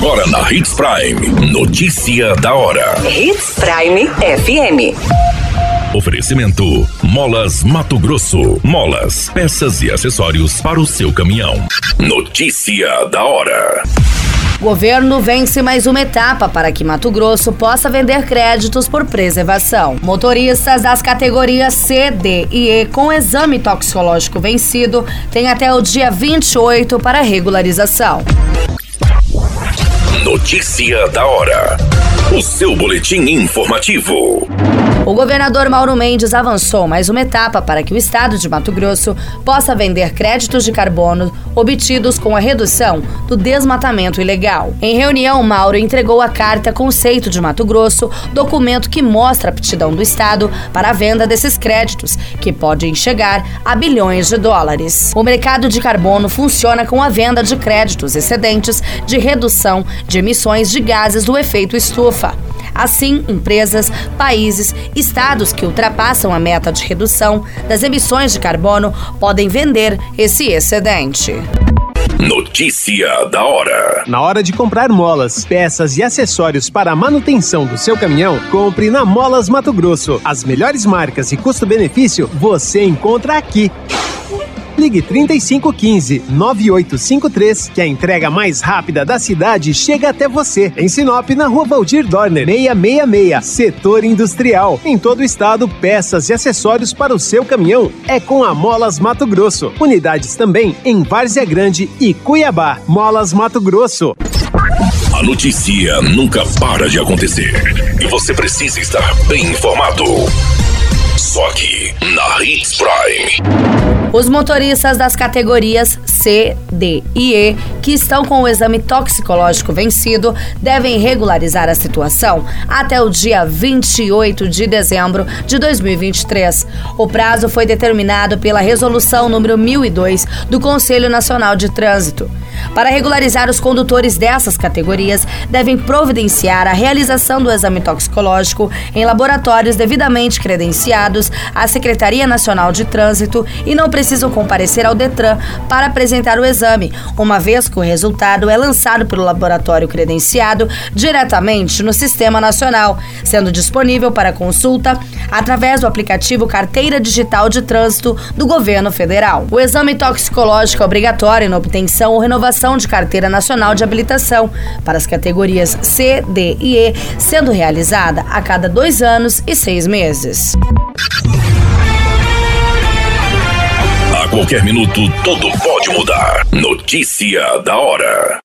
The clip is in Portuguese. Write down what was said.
Agora na Hits Prime. Notícia da hora. Hits Prime FM. Oferecimento: Molas Mato Grosso. Molas, peças e acessórios para o seu caminhão. Notícia da hora. Governo vence mais uma etapa para que Mato Grosso possa vender créditos por preservação. Motoristas das categorias C, D e E com exame toxicológico vencido têm até o dia 28 para regularização. Notícia da hora. O seu boletim informativo. O governador Mauro Mendes avançou mais uma etapa para que o estado de Mato Grosso possa vender créditos de carbono obtidos com a redução do desmatamento ilegal. Em reunião, Mauro entregou a Carta Conceito de Mato Grosso, documento que mostra a aptidão do estado para a venda desses créditos, que podem chegar a bilhões de dólares. O mercado de carbono funciona com a venda de créditos excedentes de redução de emissões de gases do efeito estufa. Assim, empresas, países, estados que ultrapassam a meta de redução das emissões de carbono podem vender esse excedente. Notícia da hora. Na hora de comprar molas, peças e acessórios para a manutenção do seu caminhão, compre na Molas Mato Grosso. As melhores marcas e custo-benefício você encontra aqui. Ligue 3515-9853, que a entrega mais rápida da cidade chega até você. Em Sinop, na Rua Valdir Dorner, 666, Setor Industrial. Em todo o estado, peças e acessórios para o seu caminhão é com a Molas Mato Grosso. Unidades também em Várzea Grande e Cuiabá. Molas Mato Grosso. A notícia nunca para de acontecer e você precisa estar bem informado. Só aqui, na Hits Prime. Os motoristas das categorias C, D e E, que estão com o exame toxicológico vencido, devem regularizar a situação até o dia 28 de dezembro de 2023. O prazo foi determinado pela Resolução número 1002 do Conselho Nacional de Trânsito. Para regularizar, os condutores dessas categorias devem providenciar a realização do exame toxicológico em laboratórios devidamente credenciados à Secretaria Nacional de Trânsito e não precisam comparecer ao Detran para apresentar o exame, uma vez que o resultado é lançado pelo laboratório credenciado diretamente no Sistema Nacional, sendo disponível para consulta através do aplicativo Carteira Digital de Trânsito do Governo Federal. O exame toxicológico é obrigatório na obtenção ou renovação de Carteira Nacional de Habilitação para as categorias C, D e E, sendo realizada a cada 2 anos e 6 meses. A qualquer minuto, tudo pode mudar. Notícia da hora.